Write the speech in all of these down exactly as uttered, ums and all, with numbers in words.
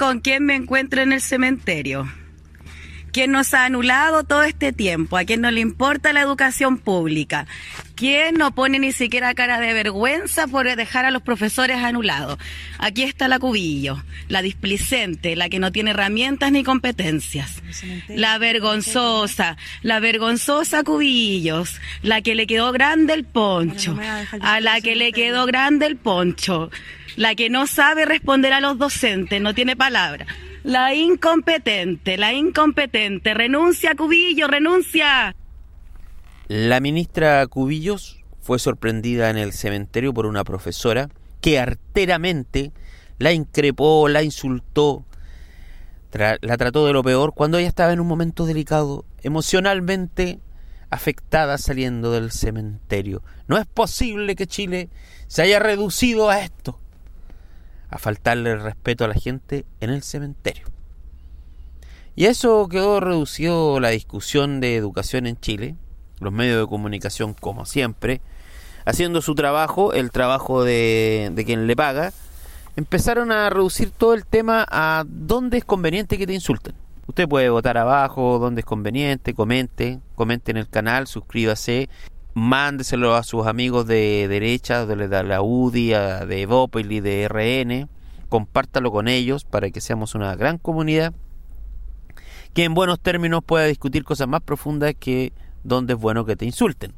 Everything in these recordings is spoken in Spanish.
con quién me encuentro en el cementerio. ¿Quién nos ha anulado todo este tiempo? ¿A quién no le importa la educación pública? ¿Quién no pone ni siquiera cara de vergüenza por dejar a los profesores anulados? Aquí está la Cubillos, la displicente, la que no tiene herramientas ni competencias. La vergonzosa, la vergonzosa Cubillos, la que le quedó grande el poncho, a la que le quedó grande el poncho, la que no sabe responder a los docentes, no tiene palabra. La incompetente, la incompetente. Renuncia, Cubillos, renuncia. La ministra Cubillos fue sorprendida en el cementerio por una profesora que arteramente la increpó, la insultó, tra- la trató de lo peor cuando ella estaba en un momento delicado, emocionalmente afectada saliendo del cementerio. No es posible que Chile se haya reducido a esto, a faltarle el respeto a la gente en el cementerio. Y eso quedó reducido la discusión de educación en Chile. Los medios de comunicación, como siempre, haciendo su trabajo, el trabajo de, de quien le paga, empezaron a reducir todo el tema a dónde es conveniente que te insulten. Usted puede votar abajo, dónde es conveniente, comente, comente en el canal, suscríbase, mándeselo a sus amigos de derecha, de la U D I, de Evópolis, de R N, compártalo con ellos para que seamos una gran comunidad que en buenos términos pueda discutir cosas más profundas que dónde es bueno que te insulten.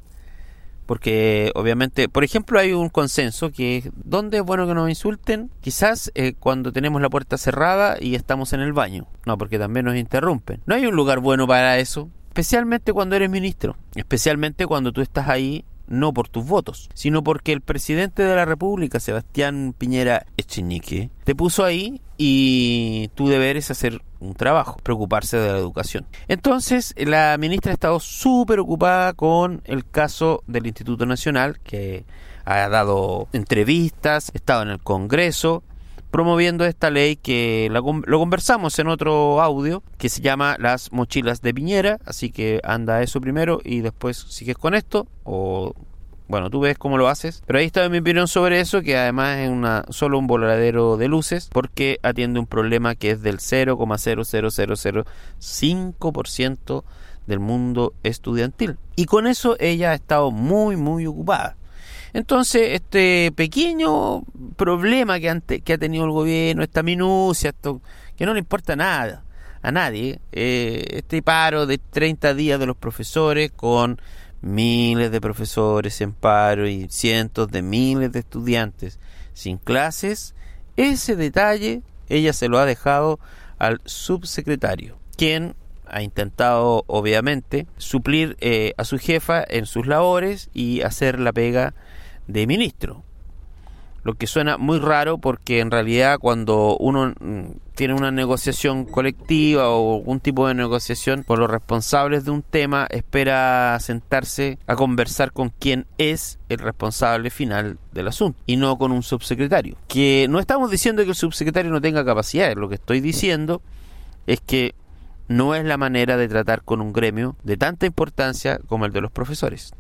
Porque obviamente, por ejemplo, hay un consenso que es dónde es bueno que nos insulten, quizás eh, cuando tenemos la puerta cerrada y estamos en el baño. No, porque también nos interrumpen. No hay un lugar bueno para eso. Especialmente cuando eres ministro, especialmente cuando tú estás ahí no por tus votos, sino porque el presidente de la República, Sebastián Piñera Echenique, te puso ahí y tu deber es hacer un trabajo, preocuparse de la educación. Entonces, la ministra ha estado súper ocupada con el caso del Instituto Nacional, que ha dado entrevistas, ha estado en el Congreso, promoviendo esta ley que la, lo conversamos en otro audio que se llama Las Mochilas de Piñera, así que anda eso primero y después sigues con esto, o bueno, tú ves cómo lo haces, pero ahí está mi opinión sobre eso, que además es una solo un voladero de luces porque atiende un problema que es del cero coma cero cero cero cero cinco por ciento del mundo estudiantil, y con eso ella ha estado muy muy ocupada. Entonces, este pequeño problema que, ante, que ha tenido el gobierno, esta minucia, esto que no le importa nada a nadie, eh, este paro de treinta días de los profesores con miles de profesores en paro y cientos de miles de estudiantes sin clases, ese detalle ella se lo ha dejado al subsecretario, quien ha intentado, obviamente, suplir eh, a su jefa en sus labores y hacer la pega de ministro, lo que suena muy raro porque en realidad cuando uno tiene una negociación colectiva o algún tipo de negociación con los responsables de un tema, espera sentarse a conversar con quien es el responsable final del asunto y no con un subsecretario, que no estamos diciendo que el subsecretario no tenga capacidades, lo que estoy diciendo es que no es la manera de tratar con un gremio de tanta importancia como el de los profesores.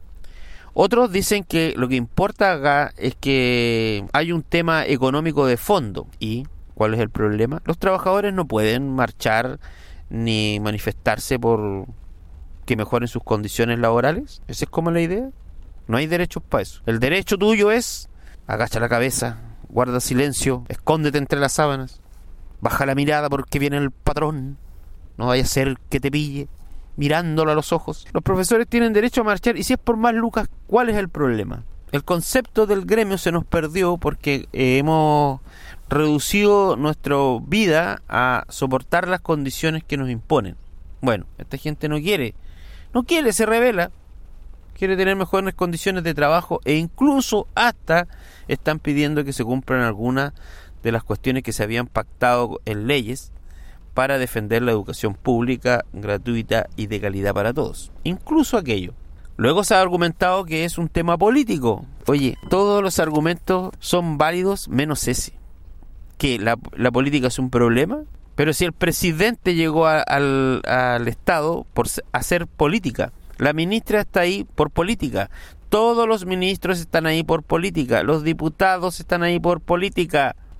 Otros dicen que lo que importa acá es que hay un tema económico de fondo. ¿Y cuál es el problema? Los trabajadores no pueden marchar ni manifestarse por que mejoren sus condiciones laborales. ¿Esa es como la idea? No hay derechos para eso. El derecho tuyo es agacha la cabeza, guarda silencio, escóndete entre las sábanas, baja la mirada porque viene el patrón, no vaya a ser que te pille mirándolo a los ojos. Los profesores tienen derecho a marchar y si es por más lucas, ¿cuál es el problema? El concepto del gremio se nos perdió porque eh, hemos reducido nuestra vida a soportar las condiciones que nos imponen. Bueno, esta gente no quiere, no quiere, se rebela, quiere tener mejores condiciones de trabajo e incluso hasta están pidiendo que se cumplan algunas de las cuestiones que se habían pactado en leyes para defender la educación pública, gratuita y de calidad para todos. Incluso aquello. Luego se ha argumentado que es un tema político. Oye, todos los argumentos son válidos menos ese. ¿Que la, la política es un problema? Pero si el presidente llegó a, al, al Estado por hacer política, la ministra está ahí por política, todos los ministros están ahí por política, los diputados están ahí por política.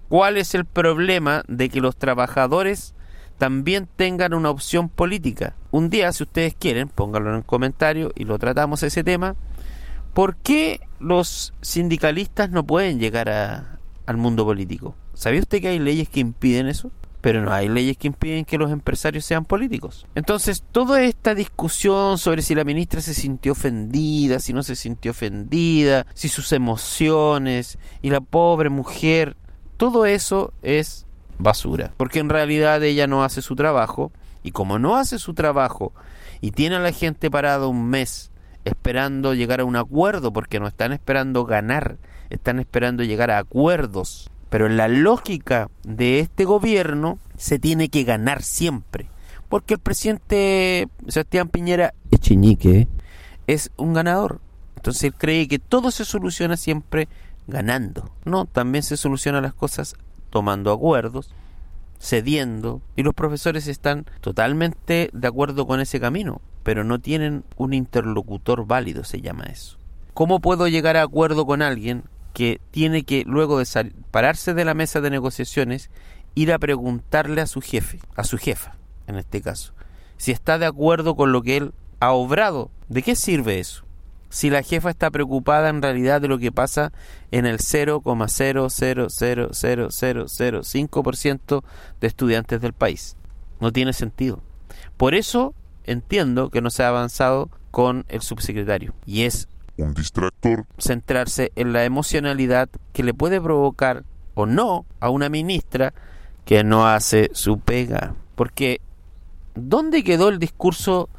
¿Cuál es el problema de que los trabajadores también tengan una opción política? Un día, si ustedes quieren, pónganlo en el comentario y lo tratamos ese tema. ¿Por qué los sindicalistas no pueden llegar a, al mundo político? ¿Sabía usted que hay leyes que impiden eso? Pero no hay leyes que impiden que los empresarios sean políticos. Entonces, toda esta discusión sobre si la ministra se sintió ofendida, si no se sintió ofendida, si sus emociones y la pobre mujer, todo eso es basura. Porque en realidad ella no hace su trabajo, y como no hace su trabajo y tiene a la gente parada un mes esperando llegar a un acuerdo, porque no están esperando ganar, están esperando llegar a acuerdos. Pero en la lógica de este gobierno se tiene que ganar siempre, porque el presidente Sebastián Piñera Echeñique es un ganador. Entonces él cree que todo se soluciona siempre ganando. No, también se solucionan las cosas tomando acuerdos, cediendo, y los profesores están totalmente de acuerdo con ese camino, pero no tienen un interlocutor válido, se llama eso. ¿Cómo puedo llegar a acuerdo con alguien que tiene que, luego de sal- pararse de la mesa de negociaciones, ir a preguntarle a su jefe, a su jefa, en este caso, si está de acuerdo con lo que él ha obrado? ¿De qué sirve eso? Si la jefa está preocupada en realidad de lo que pasa en el cero coma cero cero cero cero cero cero cinco por ciento de estudiantes del país. No tiene sentido. Por eso entiendo que no se ha avanzado con el subsecretario. Y es un distractor centrarse en la emocionalidad que le puede provocar o no a una ministra que no hace su pega. Porque ¿dónde quedó el discurso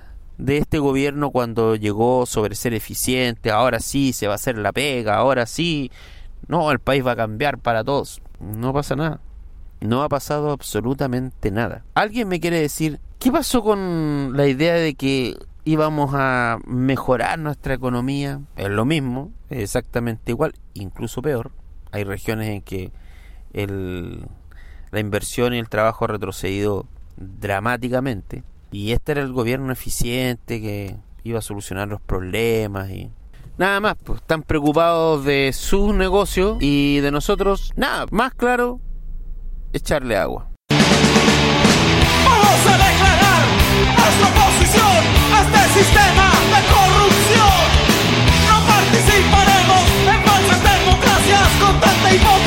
de este gobierno cuando llegó sobre ser eficiente? Ahora sí se va a hacer la pega, ahora sí, no, el país va a cambiar para todos. No pasa nada. No ha pasado absolutamente nada. ¿Alguien me quiere decir qué pasó con la idea de que íbamos a mejorar nuestra economía? Es lo mismo, es exactamente igual, incluso peor. Hay regiones en que el, la inversión y el trabajo ha retrocedido dramáticamente, y este era el gobierno eficiente que iba a solucionar los problemas y nada más. Pues están preocupados de sus negocios y de nosotros nada más. Claro, echarle agua. Vamos a declarar nuestra oposición a este sistema de corrupción. No participaremos en falsas democracias con tanta hipocresía.